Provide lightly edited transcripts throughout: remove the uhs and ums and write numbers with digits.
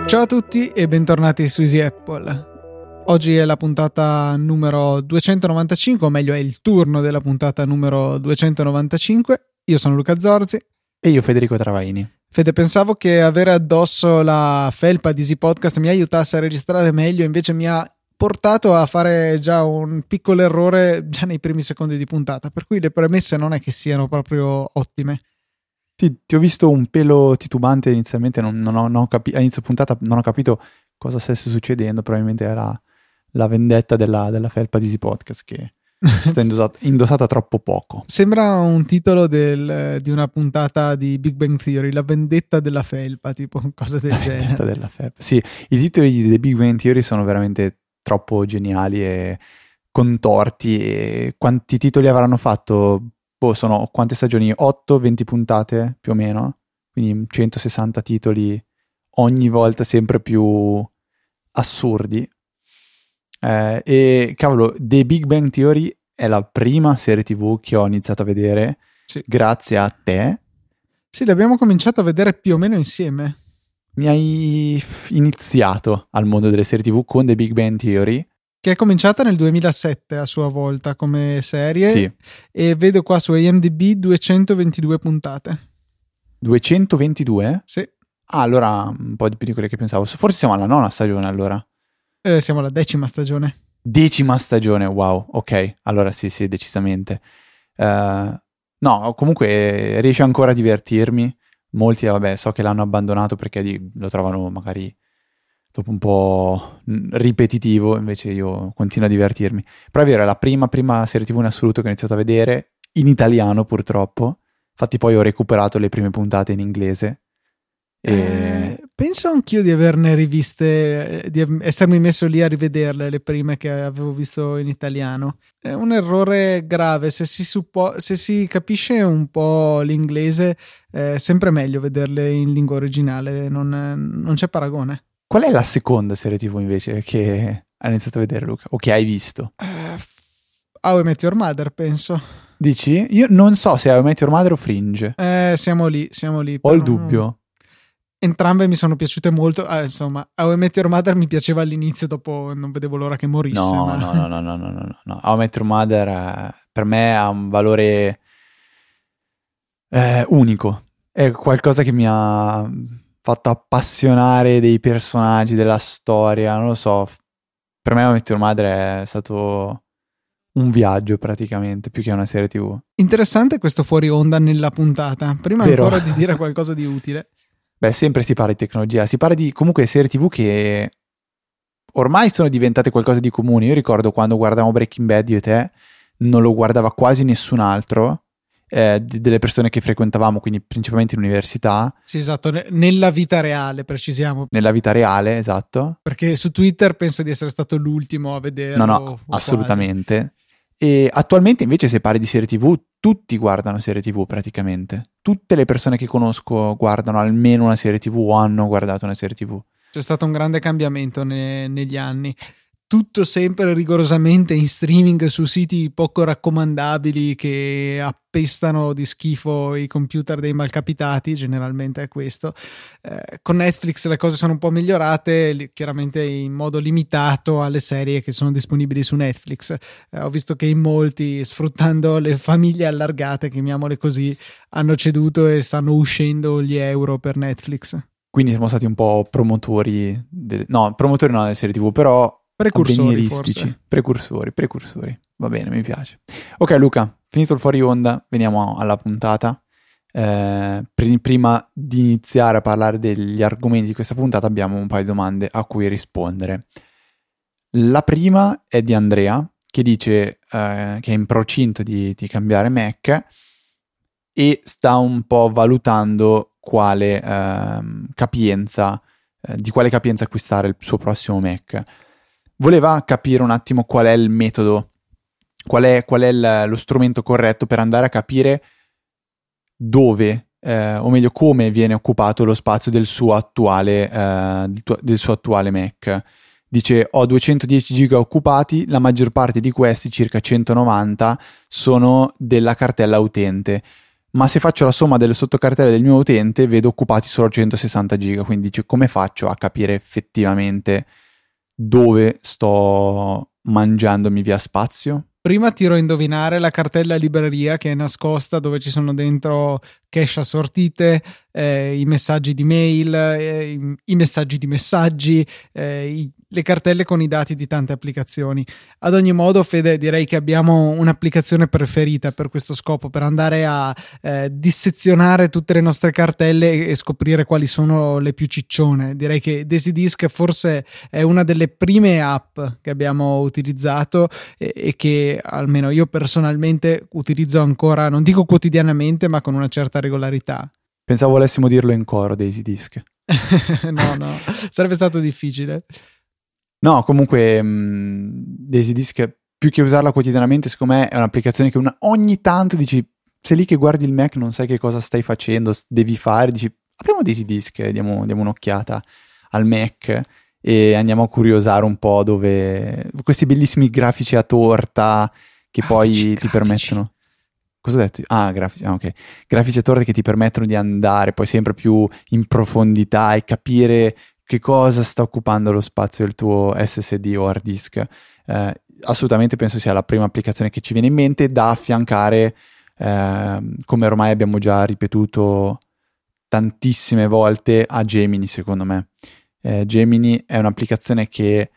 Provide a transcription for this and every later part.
Ciao a tutti e bentornati su Easy Apple. Oggi è la puntata numero 295, o meglio è il turno della puntata numero 295. Io sono Luca Zorzi. E io Federico Travaini. Fede, pensavo che avere addosso la felpa di Easy Podcast mi aiutasse a registrare meglio, invece mi ha portato a fare già un piccolo errore già nei primi secondi di puntata, per cui le premesse non è che siano proprio ottime. Ti ho visto un pelo titubante inizialmente, all'inizio puntata non ho capito cosa stesse succedendo, probabilmente era la vendetta della felpa di Easy Podcast che sta indossata troppo poco. Sembra un titolo di una puntata di Big Bang Theory, la vendetta della felpa, tipo cosa del genere. Vendetta della felpa. Sì, i titoli di Big Bang Theory sono veramente troppo geniali e contorti. E quanti titoli avranno fatto? Sono quante stagioni? 8, 20 puntate più o meno, quindi 160 titoli ogni volta sempre più assurdi. E cavolo, The Big Bang Theory è la prima serie TV che ho iniziato a vedere, sì, grazie a te. Sì, l'abbiamo cominciato a vedere più o meno insieme. Mi hai iniziato al mondo delle serie TV con The Big Bang Theory, che è cominciata nel 2007 a sua volta come serie, sì. E vedo qua su IMDb 222 puntate. 222? Sì. Ah, allora un po' di più di quelle che pensavo. Forse siamo alla 9ª stagione allora. Siamo alla 10ª stagione. 10ª stagione, wow, ok. Allora sì, decisamente. No, comunque riesce ancora a divertirmi. Molti, vabbè, so che l'hanno abbandonato perché lo trovano magari dopo un po' ripetitivo, invece io continuo a divertirmi. Però è vero, è la prima serie TV in assoluto che ho iniziato a vedere, in italiano purtroppo. Infatti poi ho recuperato le prime puntate in inglese. Penso anch'io di averne riviste, di essermi messo lì a rivederle, le prime che avevo visto in italiano. È un errore grave, se si capisce un po' l'inglese è sempre meglio vederle in lingua originale, non c'è paragone. Qual è la seconda serie TV invece che hai iniziato a vedere, Luca? O che hai visto? How I Met Your Mother, penso. Dici? Io non so se How I Met Your Mother o Fringe. Siamo lì. Ho il dubbio. Entrambe mi sono piaciute molto. Insomma, How I Met Your Mother mi piaceva all'inizio, dopo non vedevo l'ora che morisse. No. How I Met Your Mother per me ha un valore unico. È qualcosa che mi ha fatto appassionare dei personaggi, della storia, non lo so. Per me How I Met Your Mother è stato un viaggio praticamente, più che una serie TV. Interessante questo fuori onda nella puntata. Prima ancora di dire qualcosa di utile. Beh, sempre si parla di tecnologia, si parla di comunque serie TV che ormai sono diventate qualcosa di comune. Io ricordo quando guardavamo Breaking Bad, io e te, non lo guardava quasi nessun altro, delle persone che frequentavamo, quindi principalmente in università. Sì, esatto, nella vita reale, precisiamo. Nella vita reale, esatto. Perché su Twitter penso di essere stato l'ultimo a vederlo. No, assolutamente. Quasi. E attualmente invece se parli di serie TV, tutti guardano serie TV praticamente. Tutte le persone che conosco guardano almeno una serie TV o hanno guardato una serie TV. C'è stato un grande cambiamento negli anni. Tutto sempre rigorosamente in streaming su siti poco raccomandabili che appestano di schifo i computer dei malcapitati, generalmente è questo. Con Netflix le cose sono un po' migliorate, chiaramente in modo limitato alle serie che sono disponibili su Netflix. Ho visto che in molti, sfruttando le famiglie allargate, chiamiamole così, hanno ceduto e stanno uscendo gli euro per Netflix. Quindi siamo stati un po' promotori delle serie TV, però precursori forse. Precursori. Va bene, mi piace. Ok Luca, finito il fuori onda, veniamo alla puntata. Prima di iniziare a parlare degli argomenti di questa puntata abbiamo un paio di domande a cui rispondere. La prima è di Andrea, che dice che è in procinto di cambiare Mac e sta un po' valutando di quale capienza acquistare il suo prossimo Mac. Voleva capire un attimo qual è il metodo, qual è lo strumento corretto per andare a capire dove, o meglio come viene occupato lo spazio del suo attuale Mac. Dice: ho 210 giga occupati, la maggior parte di questi, circa 190, sono della cartella utente, ma se faccio la somma delle sottocartelle del mio utente vedo occupati solo 160 giga, quindi dice come faccio a capire effettivamente dove sto mangiandomi via spazio? Prima tiro a indovinare la cartella libreria che è nascosta, dove ci sono dentro cache assortite, i messaggi di mail, i messaggi di messaggi, le cartelle con i dati di tante applicazioni. Ad ogni modo, Fede, direi che abbiamo un'applicazione preferita per questo scopo, per andare a dissezionare tutte le nostre cartelle e scoprire quali sono le più ciccione. Direi che DaisyDisk forse è una delle prime app che abbiamo utilizzato e che almeno io personalmente utilizzo ancora, non dico quotidianamente, ma con una certa regolarità. Pensavo volessimo dirlo in coro, DaisyDisk. No, sarebbe stato difficile. No, comunque DaisyDisk, più che usarla quotidianamente, secondo me è un'applicazione che ogni tanto dici, sei lì che guardi il Mac, non sai che cosa stai facendo, devi fare, dici apriamo DaisyDisk, diamo un'occhiata al Mac e andiamo a curiosare un po' dove questi bellissimi grafici a torta che poi ti permettono. Cosa ho detto? Grafici, ok. Grafici a torta che ti permettono di andare poi sempre più in profondità e capire che cosa sta occupando lo spazio del tuo SSD o hard disk. Assolutamente penso sia la prima applicazione che ci viene in mente da affiancare, come ormai abbiamo già ripetuto tantissime volte, a Gemini, secondo me. Gemini è un'applicazione che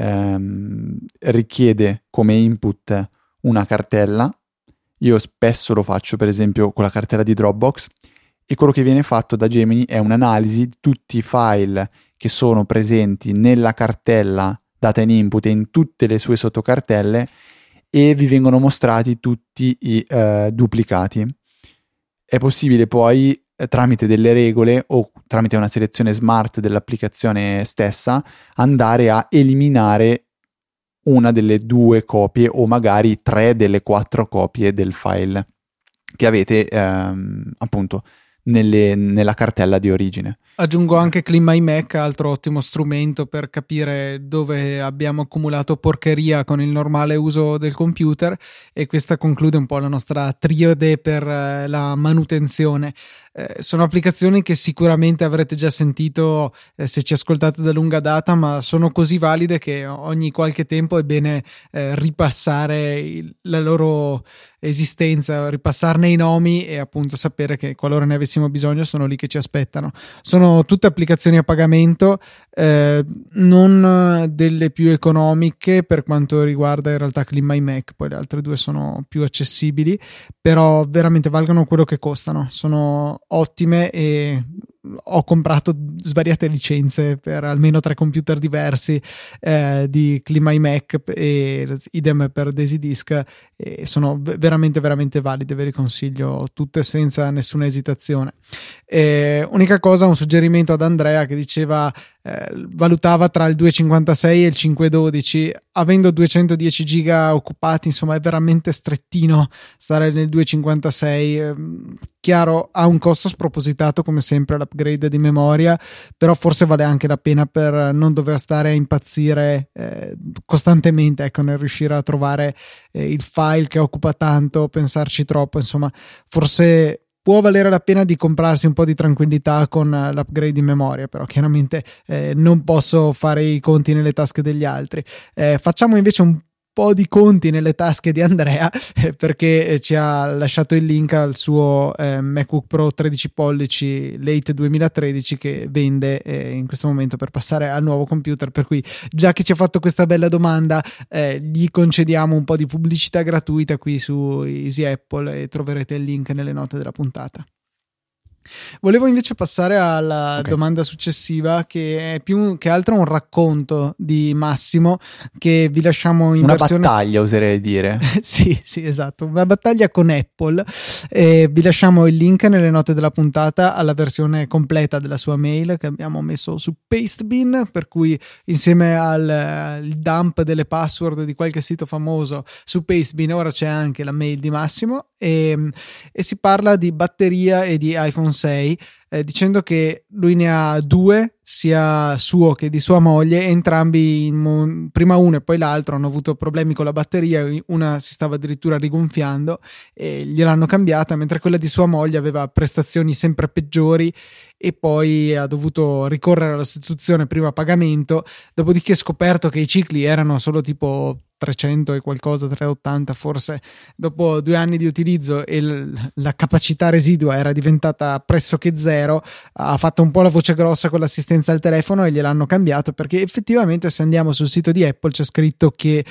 richiede come input una cartella. Io spesso lo faccio, per esempio, con la cartella di Dropbox, e quello che viene fatto da Gemini è un'analisi di tutti i file che sono presenti nella cartella data in input e in tutte le sue sottocartelle, e vi vengono mostrati tutti i duplicati. È possibile poi, tramite delle regole o tramite una selezione smart dell'applicazione stessa, andare a eliminare una delle 2 copie o magari 3 delle 4 copie del file che avete appunto nella cartella di origine. Aggiungo anche Clean My Mac, altro ottimo strumento per capire dove abbiamo accumulato porcheria con il normale uso del computer, e questa conclude un po' la nostra triade per la manutenzione. Sono applicazioni che sicuramente avrete già sentito se ci ascoltate da lunga data, ma sono così valide che ogni qualche tempo è bene ripassare la loro esistenza, ripassarne i nomi e appunto sapere che qualora ne avessimo bisogno sono lì che ci aspettano. Sono tutte applicazioni a pagamento, non delle più economiche per quanto riguarda in realtà Clean My Mac, poi le altre 2 sono più accessibili, però veramente valgono quello che costano, sono ottime e ho comprato svariate licenze per almeno 3 computer diversi di Clean My Mac, e idem per DaisyDisk, e sono veramente veramente valide, ve le consiglio tutte senza nessuna esitazione. Unica cosa, un suggerimento ad Andrea che diceva valutava tra il 256 e il 512, avendo 210 giga occupati, insomma è veramente strettino stare nel 256. Chiaro, ha un costo spropositato come sempre l'upgrade di memoria, però forse vale anche la pena per non dover stare a impazzire costantemente, ecco, nel riuscire a trovare il file che occupa tanto, pensarci troppo, insomma forse può valere la pena di comprarsi un po' di tranquillità con l'upgrade di memoria, però chiaramente non posso fare i conti nelle tasche degli altri. Facciamo invece un po' di conti nelle tasche di Andrea, perché ci ha lasciato il link al suo MacBook Pro 13 pollici late 2013 che vende in questo momento per passare al nuovo computer, per cui già che ci ha fatto questa bella domanda gli concediamo un po' di pubblicità gratuita qui su Easy Apple e troverete il link nelle note della puntata. Volevo invece passare alla domanda successiva, che è più che altro un racconto di Massimo che vi lasciamo in una versione... battaglia, oserei dire. sì, esatto, una battaglia con Apple. Vi lasciamo il link nelle note della puntata alla versione completa della sua mail che abbiamo messo su Pastebin, per cui insieme al dump delle password di qualche sito famoso su Pastebin ora c'è anche la mail di Massimo, e si parla di batteria e di iPhone 6. dicendo che lui ne ha due, sia suo che di sua moglie, e entrambi, prima uno e poi l'altro, hanno avuto problemi con la batteria. Una si stava addirittura rigonfiando e gliel'hanno cambiata, mentre quella di sua moglie aveva prestazioni sempre peggiori e poi ha dovuto ricorrere alla sostituzione prima a pagamento, dopodiché ha scoperto che i cicli erano solo tipo 300 e qualcosa, 380 forse, dopo 2 anni di utilizzo, e la capacità residua era diventata pressoché zero. Ha fatto un po' la voce grossa con l'assistenza al telefono e gliel'hanno cambiato, perché effettivamente, se andiamo sul sito di Apple, c'è scritto che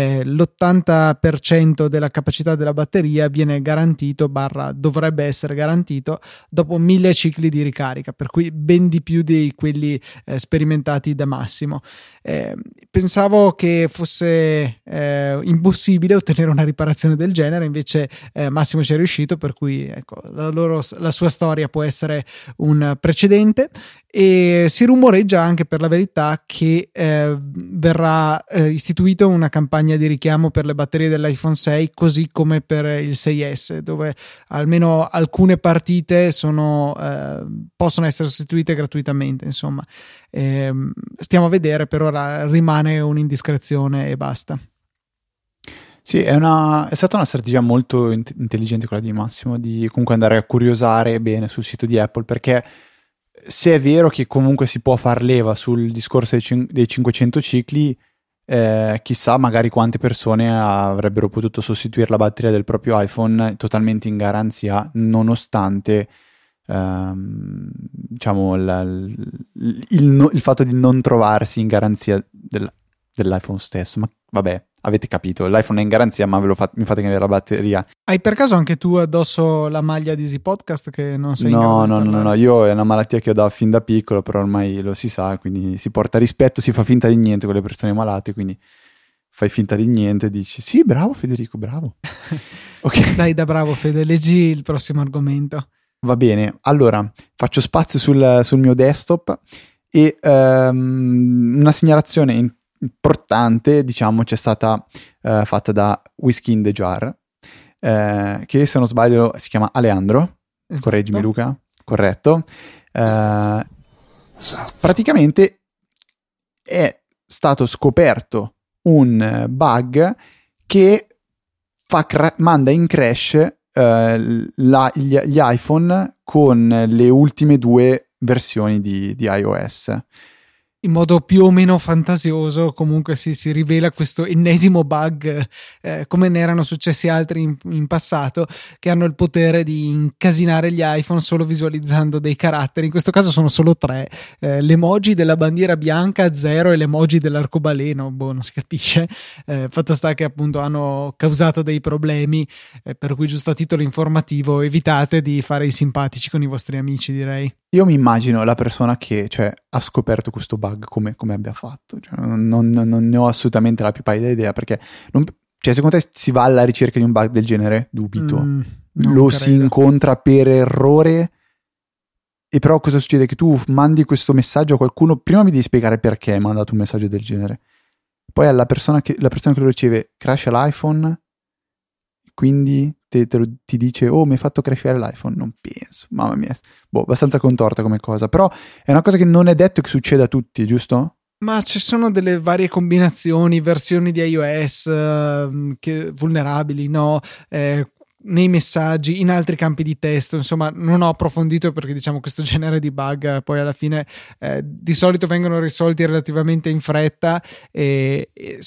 l'80% della capacità della batteria viene garantito / dovrebbe essere garantito dopo 1000 cicli di ricarica, per cui ben di più di quelli sperimentati da Massimo. Pensavo che fosse impossibile ottenere una riparazione del genere, invece Massimo ci è riuscito, per cui ecco, la sua storia può essere un precedente. E si rumoreggia anche, per la verità, che verrà istituita una campagna di richiamo per le batterie dell'iPhone 6, così come per il 6S, dove almeno alcune partite possono essere sostituite gratuitamente. Insomma, stiamo a vedere, per ora rimane un'indiscrezione e basta. Sì, è stata una strategia molto intelligente quella di Massimo, di comunque andare a curiosare bene sul sito di Apple, perché se è vero che comunque si può far leva sul discorso dei 500 cicli, chissà magari quante persone avrebbero potuto sostituire la batteria del proprio iPhone totalmente in garanzia, nonostante diciamo il fatto di non trovarsi in garanzia dell'iPhone stesso. Ma vabbè, avete capito, l'iPhone è in garanzia, ma mi fate cambiare la batteria. Hai per caso anche tu addosso la maglia di Easy Podcast, che non sei in grado di parlare? No, io è una malattia che ho da fin da piccolo, però ormai lo si sa, quindi si porta rispetto, si fa finta di niente con le persone malate, quindi fai finta di niente, dici sì, bravo Federico, bravo. Ok. Dai, da bravo Fede, leggi il prossimo argomento. Va bene, allora faccio spazio sul mio desktop e una segnalazione importante, diciamo, c'è stata fatta da Whiskey in the Jar, che, se non sbaglio, si chiama Aleandro. Esatto. Correggimi Luca, corretto. Esatto. Praticamente è stato scoperto un bug che manda in crash gli iPhone con le ultime 2 versioni di iOS. In modo più o meno fantasioso, comunque si rivela questo ennesimo bug, come ne erano successi altri in passato, che hanno il potere di incasinare gli iPhone solo visualizzando dei caratteri. In questo caso sono solo 3, l'emoji della bandiera bianca 0 e l'emoji dell'arcobaleno, non si capisce. Fatto sta che appunto hanno causato dei problemi, per cui, giusto a titolo informativo, evitate di fare i simpatici con i vostri amici, direi. Io mi immagino la persona che ha scoperto questo bug come abbia fatto, non ne ho assolutamente la più pallida idea, perché secondo te si va alla ricerca di un bug del genere? Dubito. Lo si incontra per errore, e però cosa succede? Che tu mandi questo messaggio a qualcuno, prima mi devi spiegare perché hai mandato un messaggio del genere, poi alla persona che lo riceve crasha l'iPhone, quindi ti dice mi hai fatto crashare l'iPhone. Non penso, mamma mia, abbastanza contorta come cosa, però è una cosa che non è detto che succeda a tutti, giusto? Ma ci sono delle varie combinazioni, versioni di iOS vulnerabili, no? Nei messaggi, in altri campi di testo. Insomma, non ho approfondito, perché diciamo questo genere di bug poi alla fine di solito vengono risolti relativamente in fretta e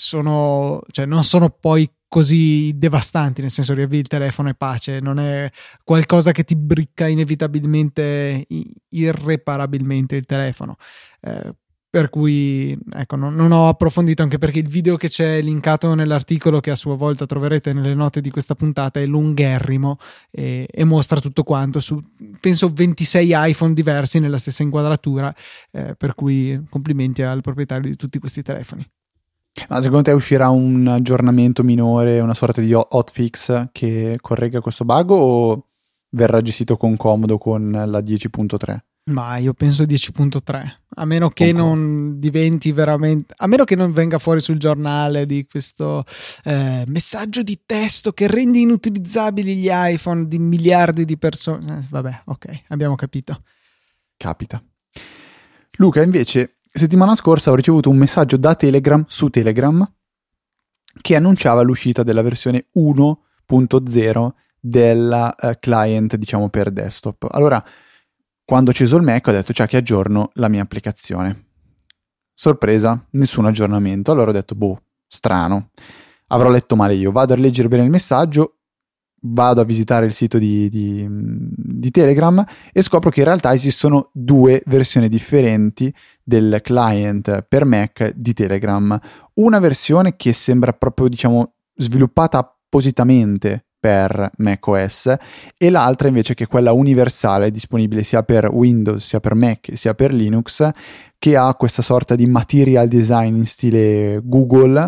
non sono poi così devastanti, nel senso, riavvii il telefono e pace, non è qualcosa che ti bricca inevitabilmente, irreparabilmente il telefono. Per cui ecco, non ho approfondito, anche perché il video che c'è linkato nell'articolo, che a sua volta troverete nelle note di questa puntata, è lungherrimo e mostra tutto quanto su, penso, 26 iPhone diversi nella stessa inquadratura, per cui complimenti al proprietario di tutti questi telefoni. Ma secondo te uscirà un aggiornamento minore, una sorta di hotfix che corregga questo bug, o verrà gestito con comodo con la 10.3? Ma io penso 10.3, a meno che non diventi veramente, a meno che non venga fuori sul giornale di questo messaggio di testo che rende inutilizzabili gli iPhone di miliardi di persone. Vabbè, ok, abbiamo capito. capita. Luca, invece, settimana scorsa ho ricevuto un messaggio da Telegram su Telegram che annunciava l'uscita della versione 1.0 della client, diciamo, per desktop. Allora, quando ho acceso il Mac ho detto ciao, che aggiorno la mia applicazione. Sorpresa, nessun aggiornamento. Allora ho detto strano, avrò letto male io. Vado a leggere bene il messaggio, vado a visitare il sito di Telegram e scopro che in realtà esistono due versioni differenti del client per Mac di Telegram. Una versione che sembra proprio, diciamo, sviluppata appositamente per macOS e l'altra invece che è quella universale, disponibile sia per Windows, sia per Mac, sia per Linux, che ha questa sorta di material design in stile Google,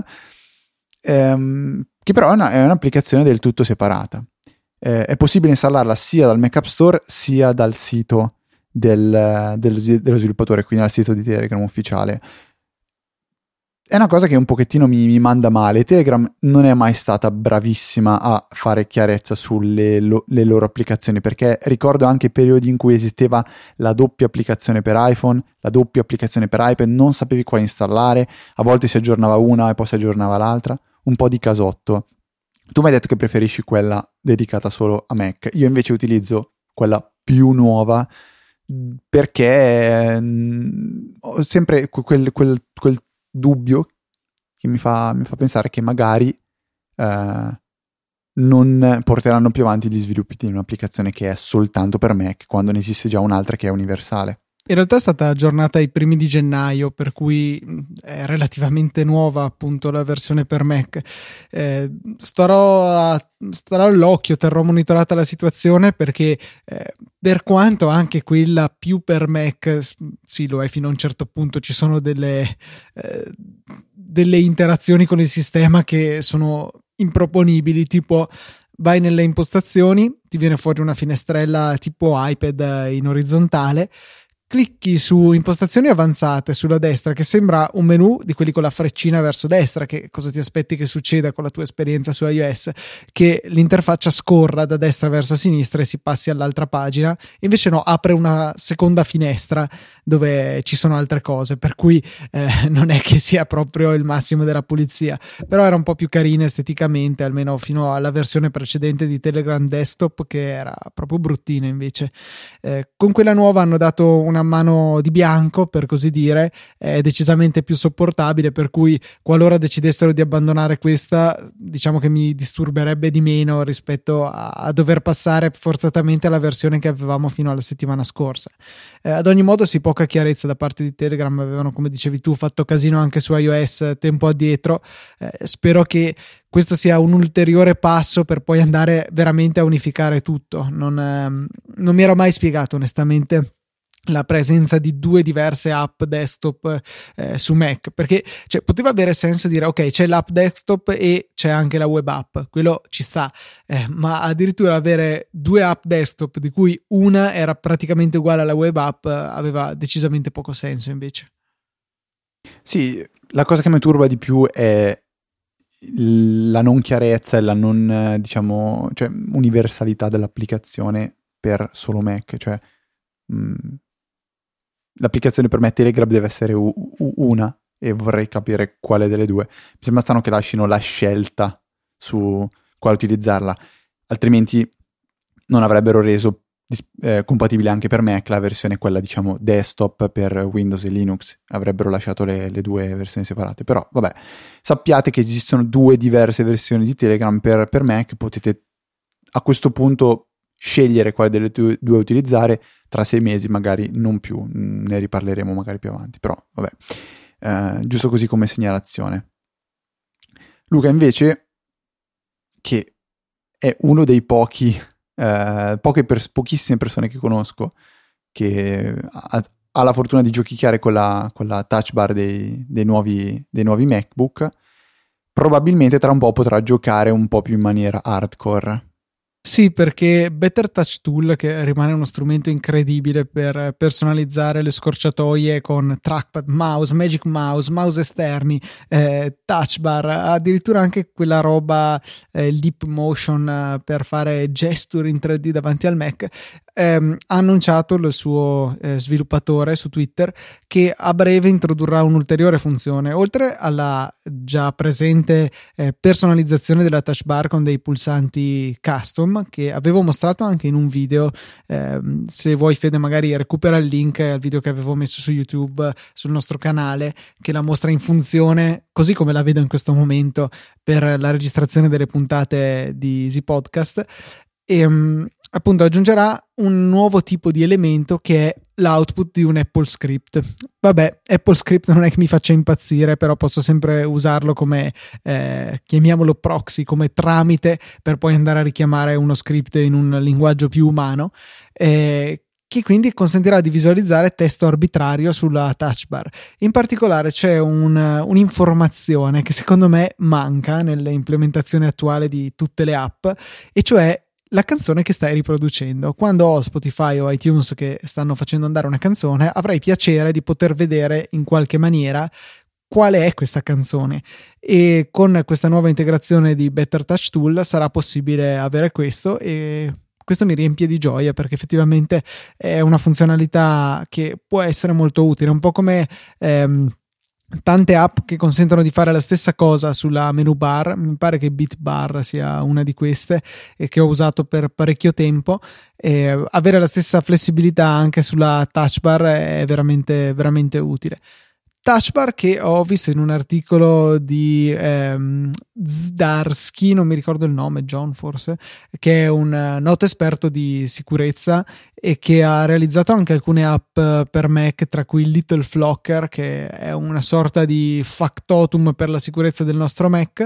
che però è un'applicazione del tutto separata. È possibile installarla sia dal Mac App Store sia dal sito dello sviluppatore, quindi dal sito di Telegram ufficiale. È una cosa che un pochettino mi manda male. Telegram non è mai stata bravissima a fare chiarezza sulle le loro applicazioni, perché ricordo anche periodi in cui esisteva la doppia applicazione per iPhone, la doppia applicazione per iPad, non sapevi quale installare, a volte si aggiornava una e poi si aggiornava l'altra, un po' di casotto. Tu mi hai detto che preferisci quella dedicata solo a Mac, io invece utilizzo quella più nuova perché ho sempre quel dubbio che mi fa pensare che magari non porteranno più avanti gli sviluppi di un'applicazione che è soltanto per Mac quando ne esiste già un'altra che è universale. In realtà è stata aggiornata ai primi di gennaio, per cui è relativamente nuova appunto la versione per Mac. Starò all'occhio, terrò monitorata la situazione, perché per quanto anche quella più per Mac, sì, lo è fino a un certo punto, ci sono delle interazioni con il sistema che sono improponibili, tipo vai nelle impostazioni, ti viene fuori una finestrella tipo iPad in orizzontale, clicchi su impostazioni avanzate sulla destra, che sembra un menu di quelli con la freccina verso destra. Che cosa ti aspetti che succeda con la tua esperienza su iOS? Che l'interfaccia scorra da destra verso sinistra e si passi all'altra pagina. Invece no, apre una seconda finestra dove ci sono altre cose, per cui non è che sia proprio il massimo della pulizia, però era un po' più carina esteticamente, almeno fino alla versione precedente di Telegram Desktop, che era proprio bruttina. Invece con quella nuova hanno dato una mano di bianco, per così dire, è decisamente più sopportabile, per cui qualora decidessero di abbandonare questa, diciamo che mi disturberebbe di meno rispetto a dover passare forzatamente alla versione che avevamo fino alla settimana scorsa. Ad ogni modo, sì, poca chiarezza da parte di Telegram, avevano, come dicevi tu, fatto casino anche su iOS tempo addietro. Spero che questo sia un ulteriore passo per poi andare veramente a unificare tutto. Non mi ero mai spiegato onestamente la presenza di due diverse app desktop su Mac, perché poteva avere senso dire ok, c'è l'app desktop e c'è anche la web app, quello ci sta, ma addirittura avere due app desktop di cui una era praticamente uguale alla web app aveva decisamente poco senso. Invece sì, la cosa che mi turba di più è la non chiarezza e la non, diciamo, universalità dell'applicazione per solo Mac. L'applicazione per me Telegram deve essere una, e vorrei capire quale delle due. Mi sembra strano che lasciano la scelta su quale utilizzarla, altrimenti non avrebbero reso compatibile anche per Mac la versione, quella diciamo desktop per Windows e Linux. Avrebbero lasciato le due versioni separate. Però vabbè, sappiate che esistono due diverse versioni di Telegram per Mac. Potete a questo punto scegliere quale delle due utilizzare. Tra 6 mesi magari non più, ne riparleremo magari più avanti, però vabbè, giusto così come segnalazione. Luca invece, che è uno dei pochissime persone che conosco che ha la fortuna di giochicchiare con la touch bar dei nuovi MacBook, probabilmente tra un po' potrà giocare un po' più in maniera hardcore. Sì, perché Better Touch Tool, che rimane uno strumento incredibile per personalizzare le scorciatoie con trackpad, mouse, magic mouse, mouse esterni, touch bar, addirittura anche quella roba leap motion per fare gesture in 3D davanti al Mac, ha annunciato il suo sviluppatore su Twitter che a breve introdurrà un'ulteriore funzione, oltre alla già presente personalizzazione della touch bar con dei pulsanti custom che avevo mostrato anche in un video. Se vuoi, Fede, magari recupera il link al video che avevo messo su YouTube sul nostro canale, che la mostra in funzione così come la vedo in questo momento per la registrazione delle puntate di Easy Podcast. E appunto aggiungerà un nuovo tipo di elemento che è l'output di un Apple Script. Vabbè, Apple Script non è che mi faccia impazzire, però posso sempre usarlo come chiamiamolo proxy, come tramite per poi andare a richiamare uno script in un linguaggio più umano, che quindi consentirà di visualizzare testo arbitrario sulla touch bar. In particolare c'è un'informazione che secondo me manca nelle implementazioni attuali di tutte le app, e cioè la canzone che stai riproducendo. Quando ho Spotify o iTunes che stanno facendo andare una canzone, avrei piacere di poter vedere in qualche maniera quale è questa canzone, e con questa nuova integrazione di Better Touch Tool sarà possibile avere questo, e questo mi riempie di gioia perché effettivamente è una funzionalità che può essere molto utile, un po' come tante app che consentono di fare la stessa cosa sulla menu bar. Mi pare che Beat Bar sia una di queste, e che ho usato per parecchio tempo. Avere la stessa flessibilità anche sulla touch bar è veramente, veramente utile. Touch bar che ho visto in un articolo di Zdarsky, non mi ricordo il nome, John forse, che è un noto esperto di sicurezza e che ha realizzato anche alcune app per Mac, tra cui Little Flocker, che è una sorta di factotum per la sicurezza del nostro Mac.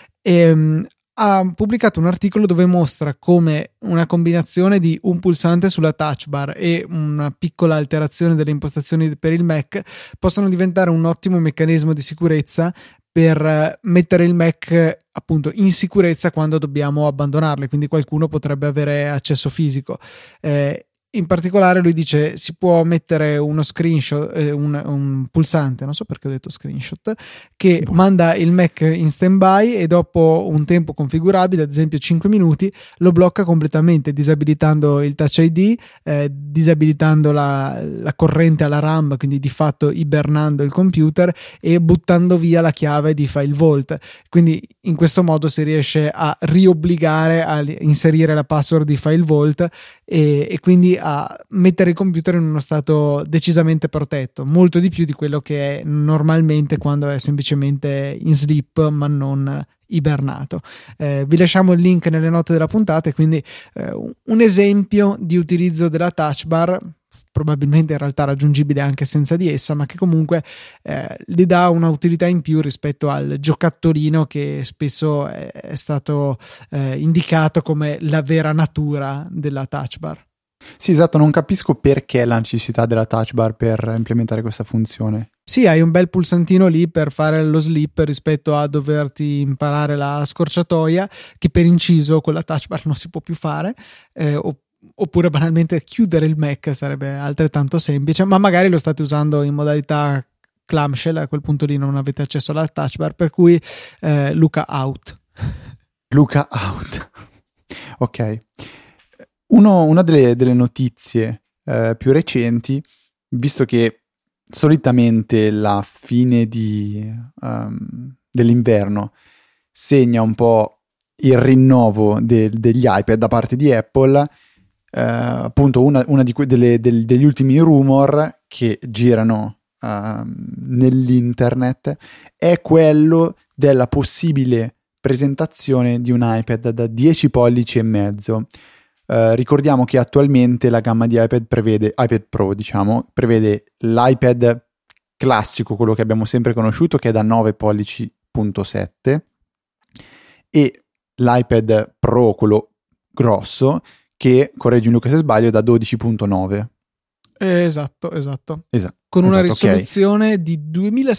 Ha pubblicato un articolo dove mostra come una combinazione di un pulsante sulla touch bar e una piccola alterazione delle impostazioni per il Mac possono diventare un ottimo meccanismo di sicurezza per mettere il Mac appunto in sicurezza quando dobbiamo abbandonarlo, quindi qualcuno potrebbe avere accesso fisico. In particolare lui dice si può mettere uno screenshot, un pulsante, non so perché ho detto screenshot, che manda il Mac in standby e dopo un tempo configurabile, ad esempio 5 minuti, lo blocca completamente, disabilitando il Touch ID, disabilitando la corrente alla RAM, quindi di fatto ibernando il computer e buttando via la chiave di File Vault. Quindi in questo modo si riesce a riobbligare a inserire la password di File Vault e quindi a mettere il computer in uno stato decisamente protetto, molto di più di quello che è normalmente quando è semplicemente in sleep ma non ibernato. Vi lasciamo il link nelle note della puntata, quindi un esempio di utilizzo della touch bar, probabilmente in realtà raggiungibile anche senza di essa, ma che comunque le dà una utilità in più rispetto al giocattolino che spesso è stato indicato come la vera natura della touch bar. Sì, esatto, non capisco perché la necessità della touch bar per implementare questa funzione. Sì, hai un bel pulsantino lì per fare lo sleep rispetto a doverti imparare la scorciatoia, che per inciso con la touch bar non si può più fare, oppure banalmente chiudere il Mac sarebbe altrettanto semplice, ma magari lo state usando in modalità clamshell, a quel punto lì non avete accesso alla touch bar, per cui Luca out. Luca out. Ok. Una delle notizie più recenti, visto che solitamente la fine dell'inverno segna un po' il rinnovo degli iPad da parte di Apple, appunto una degli ultimi rumor che girano nell'internet è quello della possibile presentazione di un iPad da 10 pollici e mezzo. Ricordiamo che attualmente la gamma di iPad Pro, diciamo, prevede l'iPad classico, quello che abbiamo sempre conosciuto, che è da 9 pollici.7, e l'iPad Pro, quello grosso, che, correggimi Luca se sbaglio, è da 12.9. Esatto. Con una risoluzione okay, di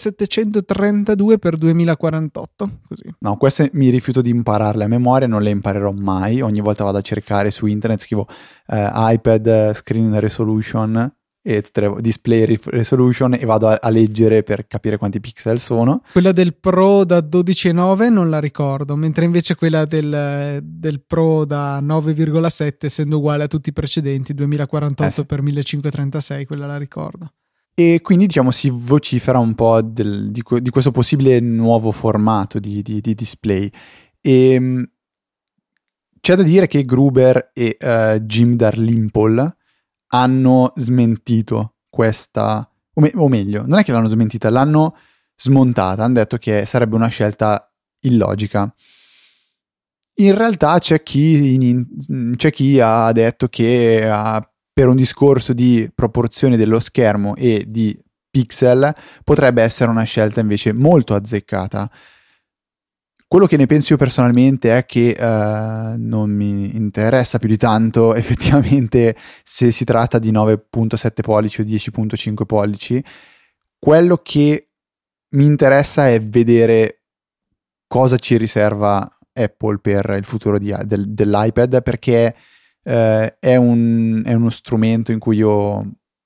2732x2048, così. No, queste mi rifiuto di impararle a memoria, non le imparerò mai. Ogni volta vado a cercare su internet, scrivo iPad screen resolution e tutte le display resolution, e vado a leggere per capire quanti pixel sono. Quella del Pro da 12,9 non la ricordo, mentre invece quella del Pro da 9,7, essendo uguale a tutti i precedenti, 2048 sì. per 1536, quella la ricordo. E quindi diciamo si vocifera un po' di questo possibile nuovo formato di display. E c'è da dire che Gruber e Jim Dalrymple hanno smentito questa, o meglio, non è che l'hanno smentita, l'hanno smontata, hanno detto che sarebbe una scelta illogica. In realtà c'è chi ha detto che per un discorso di proporzione dello schermo e di pixel potrebbe essere una scelta invece molto azzeccata. Quello che ne penso io personalmente è che non mi interessa più di tanto effettivamente se si tratta di 9.7 pollici o 10.5 pollici. Quello che mi interessa è vedere cosa ci riserva Apple per il futuro dell'iPad, perché è uno strumento in cui io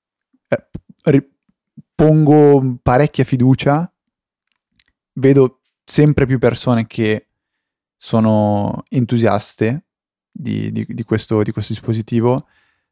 pongo parecchia fiducia, vedo sempre più persone che sono entusiaste di questo dispositivo,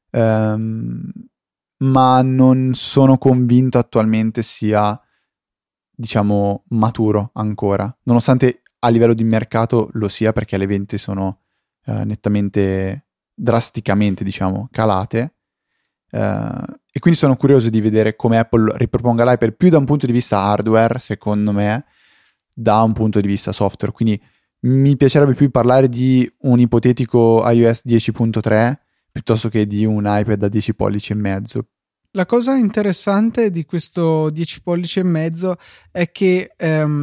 ma non sono convinto attualmente sia, diciamo, maturo ancora, nonostante a livello di mercato lo sia, perché le vendite sono nettamente, drasticamente, diciamo, calate. E quindi sono curioso di vedere come Apple riproponga l'iPad più da un punto di vista hardware, secondo me, da un punto di vista software. Quindi mi piacerebbe più parlare di un ipotetico iOS 10.3 piuttosto che di un iPad da 10 pollici e mezzo. La cosa interessante di questo 10 pollici e mezzo è che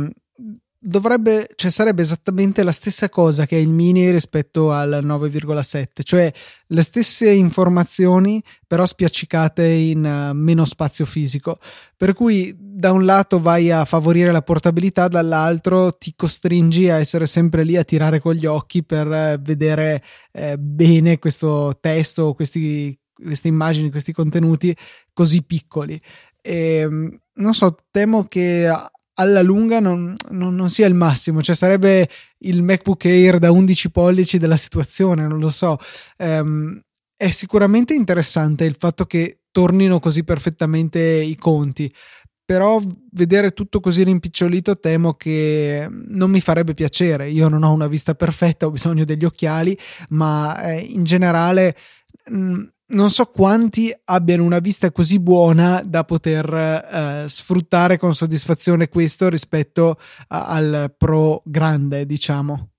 sarebbe esattamente la stessa cosa che è il mini rispetto al 9,7, cioè le stesse informazioni però spiaccicate in meno spazio fisico, per cui da un lato vai a favorire la portabilità, dall'altro ti costringi a essere sempre lì a tirare con gli occhi per vedere bene questo testo, queste immagini, questi contenuti così piccoli. E, non so, temo che alla lunga non sia il massimo, cioè sarebbe il MacBook Air da 11 pollici della situazione, non lo so. È sicuramente interessante il fatto che tornino così perfettamente i conti, però vedere tutto così rimpicciolito temo che non mi farebbe piacere. Io non ho una vista perfetta, ho bisogno degli occhiali, ma in generale non so quanti abbiano una vista così buona da poter sfruttare con soddisfazione questo rispetto al Pro grande, diciamo.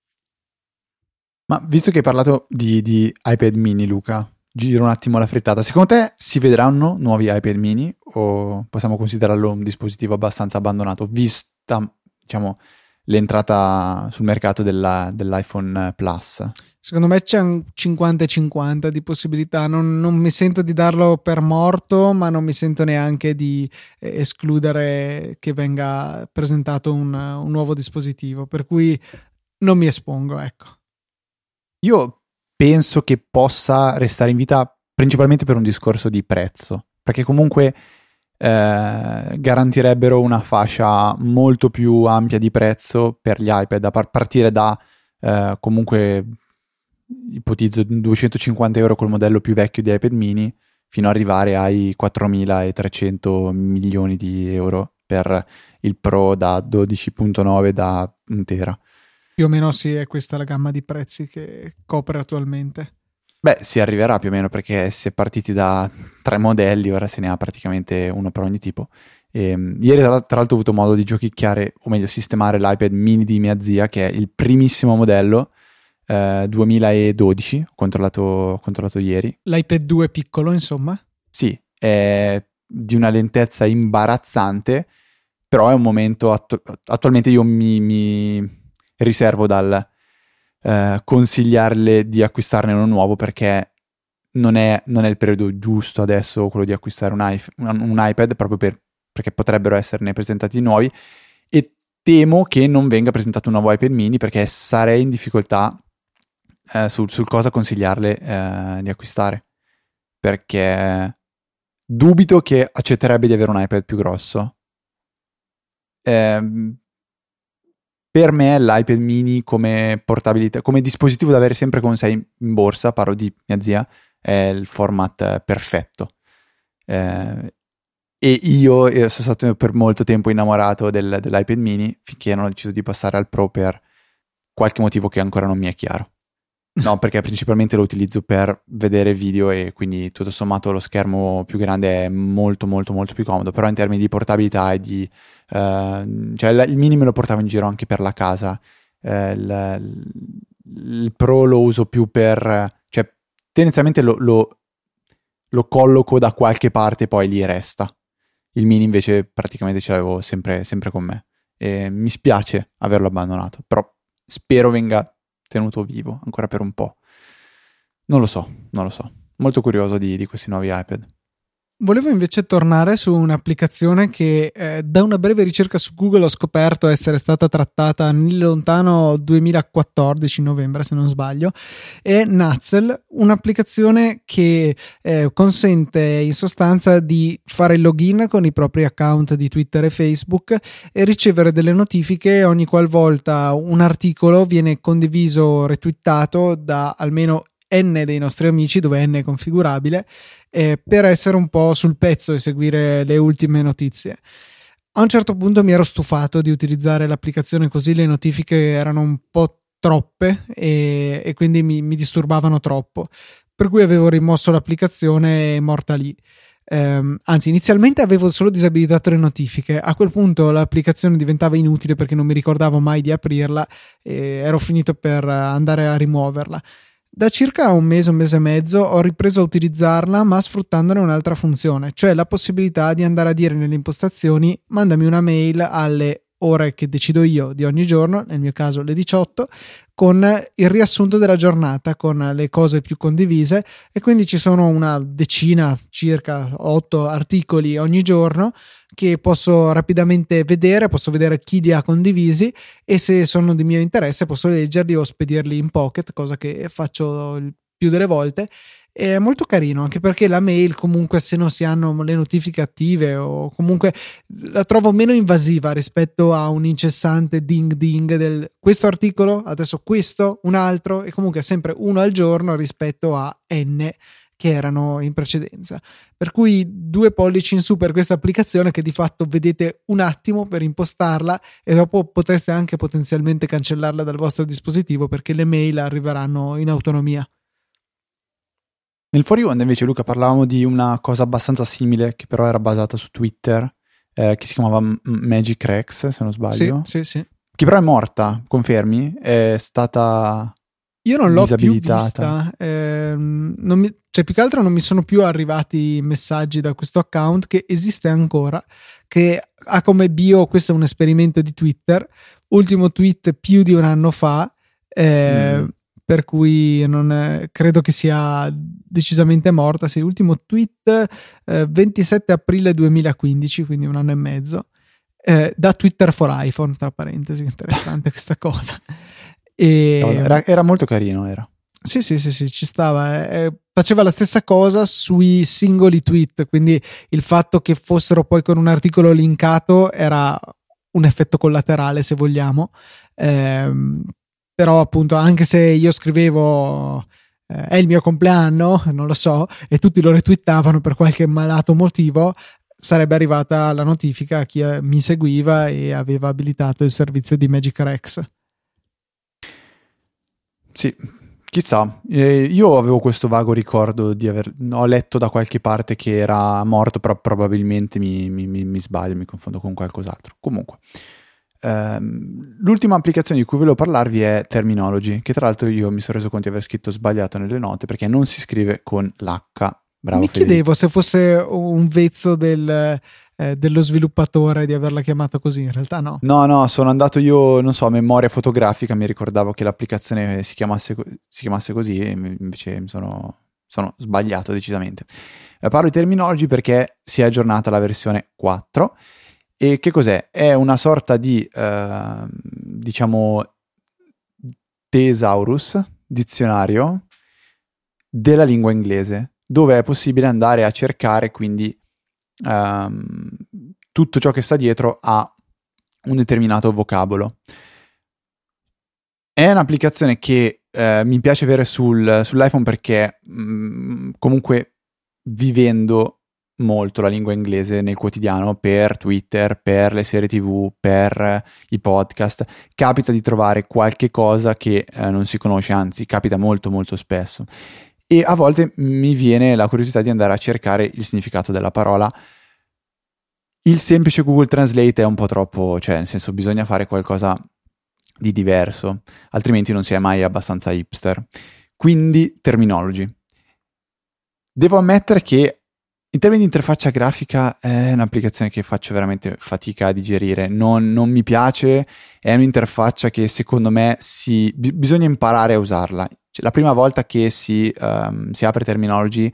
Ma visto che hai parlato di iPad mini, Luca, giro un attimo la frittata. Secondo te si vedranno nuovi iPad mini o possiamo considerarlo un dispositivo abbastanza abbandonato, vista, diciamo, l'entrata sul mercato dell'iPhone Plus? Secondo me c'è un 50-50 di possibilità. Non mi sento di darlo per morto, ma non mi sento neanche di escludere che venga presentato un nuovo dispositivo, per cui non mi espongo, ecco. Io penso che possa restare in vita principalmente per un discorso di prezzo, perché comunque garantirebbero una fascia molto più ampia di prezzo per gli iPad, a partire da comunque, ipotizzo, 250 euro col modello più vecchio di iPad mini, fino ad arrivare ai 4.300 milioni di euro per il Pro da 12.9 da 1 tera. Più o meno sì, è questa la gamma di prezzi che copre attualmente. Beh, si arriverà più o meno, perché si è partiti da 3 modelli, ora se ne ha praticamente uno per ogni tipo. Ieri tra l'altro ho avuto modo di giochicchiare, o meglio sistemare l'iPad mini di mia zia, che è il primissimo modello 2012, ho controllato ieri. L'iPad 2 piccolo, insomma? Sì, è di una lentezza imbarazzante, però è un momento attualmente io mi riservo dal consigliarle di acquistarne uno nuovo, perché non è il periodo giusto adesso quello di acquistare un iPad, proprio perché potrebbero esserne presentati nuovi, e temo che non venga presentato un nuovo iPad mini, perché sarei in difficoltà sul cosa consigliarle di acquistare, perché dubito che accetterebbe di avere un iPad più grosso. Per me l'iPad mini come portabilità, come dispositivo da avere sempre con sé in borsa, parlo di mia zia, è il format perfetto. E io sono stato per molto tempo innamorato dell'iPad mini finché non ho deciso di passare al Pro per qualche motivo che ancora non mi è chiaro. No, perché principalmente lo utilizzo per vedere video e quindi tutto sommato lo schermo più grande è molto molto molto più comodo, però in termini di portabilità e di... cioè il mini me lo portavo in giro anche per la casa, il Pro lo uso più per... cioè tendenzialmente lo colloco da qualche parte e poi lì resta. Il mini invece praticamente ce l'avevo sempre con me e mi spiace averlo abbandonato, però spero venga tenuto vivo ancora per un po'. Non lo so. Molto curioso di questi nuovi iPad. Volevo invece tornare su un'applicazione che da una breve ricerca su Google ho scoperto essere stata trattata nel lontano 2014, novembre se non sbaglio, è Nuzzle, un'applicazione che consente in sostanza di fare il login con i propri account di Twitter e Facebook e ricevere delle notifiche ogni qualvolta un articolo viene condiviso, retweetato da almeno N dei nostri amici, dove N è configurabile, per essere un po' sul pezzo e seguire le ultime notizie. A un certo punto mi ero stufato di utilizzare l'applicazione così, le notifiche erano un po' troppe e quindi mi disturbavano troppo, per cui avevo rimosso l'applicazione, è morta lì. Anzi, inizialmente avevo solo disabilitato le notifiche. A quel punto l'applicazione diventava inutile perché non mi ricordavo mai di aprirla e ero finito per andare a rimuoverla. Da circa un mese e mezzo ho ripreso a utilizzarla, ma sfruttandone un'altra funzione, cioè la possibilità di andare a dire nelle impostazioni: mandami una mail alle ore che decido io di ogni giorno, nel mio caso le 18, con il riassunto della giornata, con le cose più condivise, e quindi ci sono una decina, circa 8 articoli ogni giorno che posso rapidamente vedere, posso vedere chi li ha condivisi e se sono di mio interesse posso leggerli o spedirli in Pocket, cosa che faccio il più delle volte. È molto carino, anche perché la mail comunque, se non si hanno le notifiche attive, o comunque la trovo meno invasiva rispetto a un incessante ding ding del questo articolo, adesso questo, un altro, e comunque sempre uno al giorno rispetto a N che erano in precedenza. Per cui 2 pollici in su per questa applicazione, che di fatto vedete un attimo per impostarla e dopo potreste anche potenzialmente cancellarla dal vostro dispositivo perché le mail arriveranno in autonomia. Nel fuori onda invece, Luca, parlavamo di una cosa abbastanza simile che però era basata su Twitter, che si chiamava Magic Rex, se non sbaglio. Sì. Che però è morta, confermi? È stata... Io non l'ho più vista, cioè più che altro non mi sono più arrivati messaggi da questo account, che esiste ancora, che ha come bio: questo è un esperimento di Twitter, ultimo tweet più di un anno fa, per cui non credo che sia decisamente morta. Sì, ultimo tweet 27 aprile 2015, quindi un anno e mezzo, da Twitter for iPhone, tra parentesi. Interessante questa cosa. Era molto carino, era. Sì, ci stava. Faceva la stessa cosa sui singoli tweet, quindi il fatto che fossero poi con un articolo linkato era un effetto collaterale, se vogliamo. Però appunto, anche se io scrivevo è il mio compleanno, non lo so, e tutti lo retweetavano per qualche malato motivo, sarebbe arrivata la notifica a chi mi seguiva e aveva abilitato il servizio di Magic Rex. Sì, chissà. Io avevo questo vago ricordo di ho letto da qualche parte che era morto, però probabilmente mi sbaglio, mi confondo con qualcos'altro. Comunque, l'ultima applicazione di cui volevo parlarvi è Terminology, che tra l'altro io mi sono reso conto di aver scritto sbagliato nelle note, perché non si scrive con l'H. Bravo, mi chiedevo se fosse un vezzo dello sviluppatore di averla chiamata così. In realtà no. No, sono andato io, non so, a memoria fotografica, mi ricordavo che l'applicazione si chiamasse così e invece mi sono sbagliato decisamente. Parlo di Terminology perché si è aggiornata la versione 4 e che cos'è? È una sorta di, diciamo, thesaurus, dizionario della lingua inglese, dove è possibile andare a cercare quindi tutto ciò che sta dietro ha un determinato vocabolo. È un'applicazione che mi piace avere sull'iPhone perché comunque vivendo molto la lingua inglese nel quotidiano per Twitter, per le serie TV, per i podcast, capita di trovare qualche cosa che non si conosce, anzi capita molto molto spesso. E a volte mi viene la curiosità di andare a cercare il significato della parola. Il semplice Google Translate è un po' troppo, cioè nel senso bisogna fare qualcosa di diverso, altrimenti non si è mai abbastanza hipster. Quindi Terminology. Devo ammettere che in termini di interfaccia grafica è un'applicazione che faccio veramente fatica a digerire, non mi piace, è un'interfaccia che secondo me bisogna imparare a usarla. Cioè, la prima volta che si apre Terminology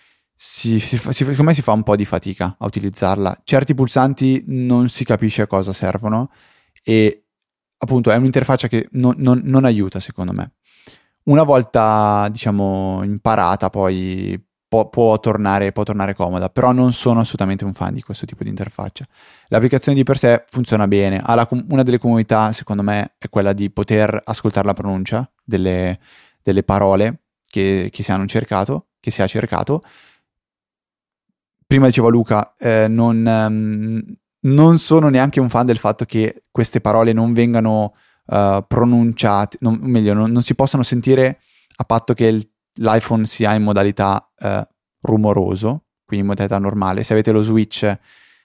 secondo me si fa un po' di fatica a utilizzarla. Certi pulsanti non si capisce a cosa servono e appunto è un'interfaccia che non aiuta secondo me. Una volta diciamo imparata poi può tornare comoda, però non sono assolutamente un fan di questo tipo di interfaccia. L'applicazione di per sé funziona bene, una delle comodità secondo me è quella di poter ascoltare la pronuncia delle parole che si ha cercato. Prima diceva Luca, non sono neanche un fan del fatto che queste parole non vengano pronunciate, non si possano sentire a patto che l'iPhone sia in modalità rumoroso, quindi in modalità normale. Se avete lo switch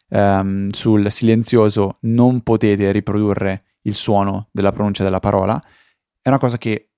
sul silenzioso non potete riprodurre il suono della pronuncia della parola. È una cosa che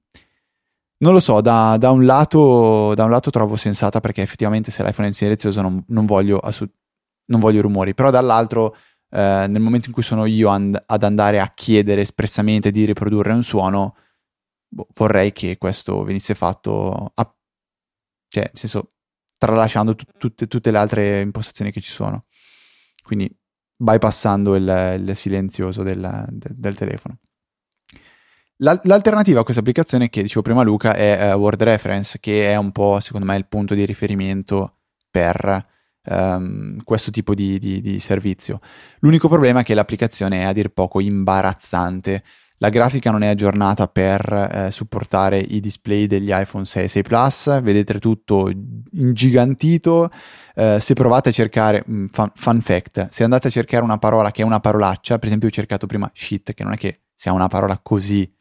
non lo so, da un lato trovo sensata, perché effettivamente se l'iPhone è in silenzioso non voglio rumori, però dall'altro nel momento in cui sono io ad andare a chiedere espressamente di riprodurre un suono, vorrei che questo venisse fatto cioè nel senso tralasciando tutte le altre impostazioni che ci sono, quindi bypassando il silenzioso del telefono. L'alternativa a questa applicazione che dicevo prima Luca è Word Reference, che è un po' secondo me il punto di riferimento per questo tipo di servizio. L'unico problema è che l'applicazione è a dir poco imbarazzante. La grafica non è aggiornata per supportare i display degli iPhone 6 e 6 Plus, vedete tutto ingigantito. Se provate a cercare, fun fact, se andate a cercare una parola che è una parolaccia, per esempio ho cercato prima shit, che non è che sia una parola così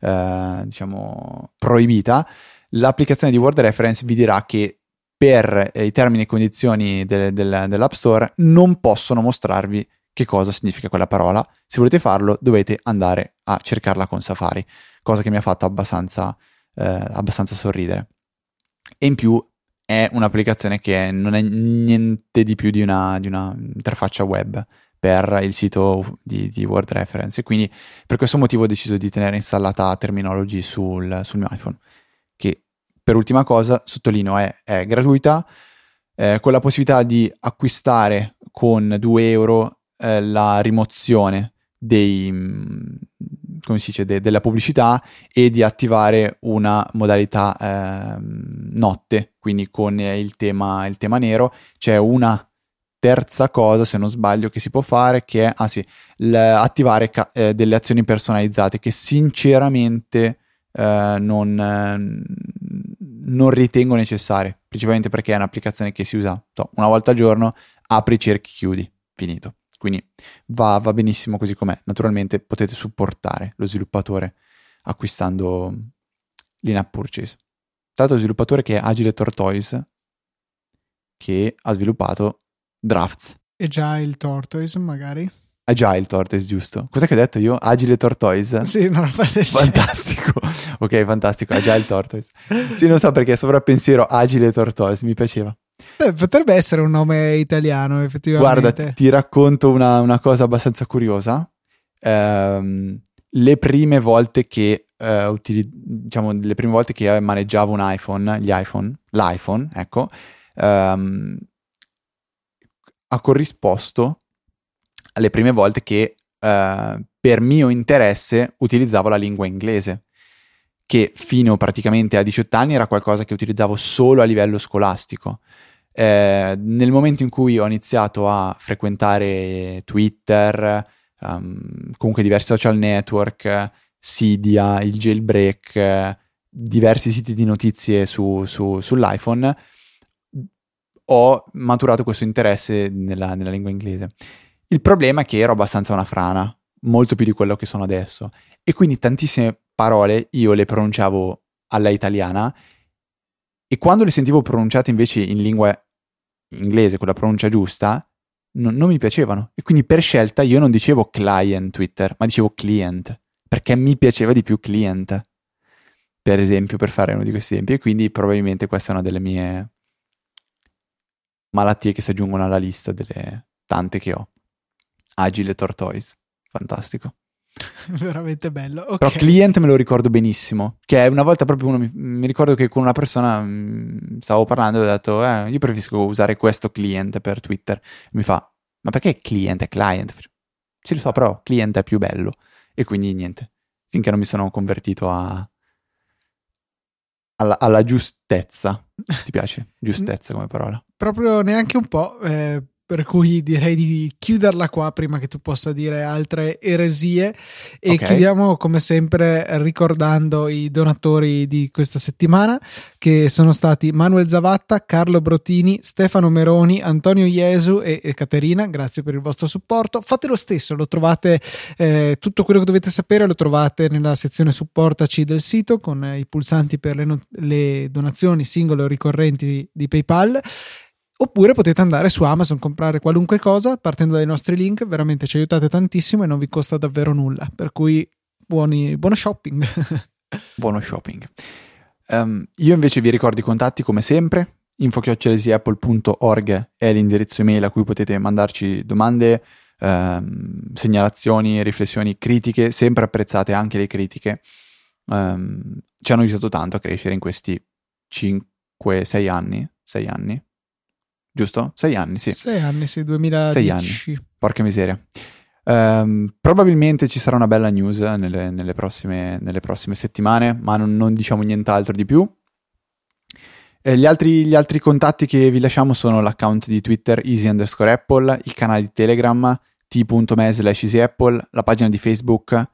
diciamo proibita, l'applicazione di Word Reference vi dirà che per i termini e condizioni dell'App Store non possono mostrarvi che cosa significa quella parola. Se volete farlo dovete andare a cercarla con Safari, cosa che mi ha fatto abbastanza sorridere. E in più è un'applicazione che non è niente di più di una interfaccia web per il sito di Word Reference, e quindi per questo motivo ho deciso di tenere installata Terminology sul mio iPhone, che per ultima cosa sottolineo è gratuita, con la possibilità di acquistare con 2 euro la rimozione come si dice, della pubblicità, e di attivare una modalità notte, quindi con il tema nero. C'è una terza cosa, se non sbaglio, che si può fare, che è attivare delle azioni personalizzate, che sinceramente non ritengo necessarie, principalmente perché è un'applicazione che si usa una volta al giorno, apri, cerchi, chiudi, finito. Quindi va benissimo così com'è. Naturalmente potete supportare lo sviluppatore acquistando l'in-app purchase. Tanto lo sviluppatore che è Agile Tortoise, che ha sviluppato Drafts. Agile Tortoise, magari? Agile Tortoise, giusto. Cos'è che ho detto io? Agile Tortoise? Sì, non fantastico. Ok, fantastico. Agile Tortoise. Sì, non so perché sovrappensiero Agile Tortoise, mi piaceva. Potrebbe essere un nome italiano, effettivamente. Guarda, ti racconto una cosa abbastanza curiosa. Le prime volte che le prime volte che maneggiavo un iPhone, l'iPhone, ecco, ha corrisposto alle prime volte che per mio interesse utilizzavo la lingua inglese, che fino praticamente a 18 anni era qualcosa che utilizzavo solo a livello scolastico. nel momento in cui ho iniziato a frequentare Twitter, comunque diversi social network, Cydia, il jailbreak, diversi siti di notizie sull'iPhone, ho maturato questo interesse nella lingua inglese. Il problema è che ero abbastanza una frana, molto più di quello che sono adesso, e quindi tantissime parole io le pronunciavo alla italiana, e quando le sentivo pronunciate invece in lingua inglese con la pronuncia giusta non mi piacevano, e quindi per scelta io non dicevo client Twitter, ma dicevo client, perché mi piaceva di più client, per esempio, per fare uno di questi esempi. E quindi probabilmente questa è una delle mie malattie che si aggiungono alla lista delle tante che ho. Agile Tortoise, fantastico. Veramente bello. Okay. Però client me lo ricordo benissimo, che una volta proprio mi ricordo che con una persona stavo parlando e ho detto io preferisco usare questo client per Twitter. Mi fa, ma perché client è client? Faccio, sì, lo so, però client è più bello. E quindi niente, finché non mi sono convertito alla giustezza. Ti piace? Giustezza come parola? Proprio neanche un po', per cui direi di chiuderla qua prima che tu possa dire altre eresie. E okay. Chiudiamo come sempre ricordando i donatori di questa settimana, che sono stati Manuel Zavatta, Carlo Brottini, Stefano Meroni, Antonio Iesu e Caterina. Grazie per il vostro supporto. Fate lo stesso, lo trovate, tutto quello che dovete sapere lo trovate nella sezione supportaci del sito, con i pulsanti per le donazioni singole o ricorrenti di PayPal. Oppure potete andare su Amazon, comprare qualunque cosa partendo dai nostri link. Veramente ci aiutate tantissimo e non vi costa davvero nulla, per cui buono shopping. Buono shopping. Io invece vi ricordo i contatti come sempre. info@easyapple.org è l'indirizzo email a cui potete mandarci domande, segnalazioni, riflessioni, critiche, sempre apprezzate anche le critiche. Ci hanno aiutato tanto a crescere in questi 6 anni. Giusto? 6 anni, sì. 6 anni, sì, 2010. 6 anni, porca miseria. Probabilmente ci sarà una bella news nelle prossime settimane, ma non diciamo nient'altro di più. Gli altri contatti che vi lasciamo sono l'account di Twitter easy_apple, il canale di Telegram t.me/easyapple, la pagina di Facebook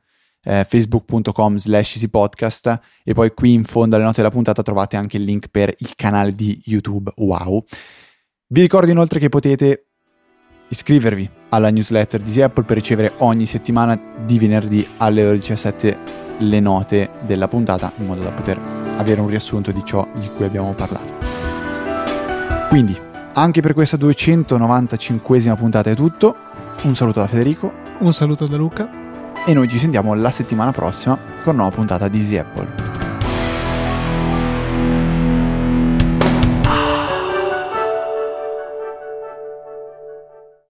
facebook.com/easypodcast, e poi qui in fondo alle note della puntata trovate anche il link per il canale di YouTube. Wow! Vi ricordo inoltre che potete iscrivervi alla newsletter di Easy Apple per ricevere ogni settimana di venerdì alle ore 17 le note della puntata, in modo da poter avere un riassunto di ciò di cui abbiamo parlato. Quindi, anche per questa 295esima puntata è tutto. Un saluto da Federico. Un saluto da Luca. E noi ci sentiamo la settimana prossima con una nuova puntata di Easy Apple.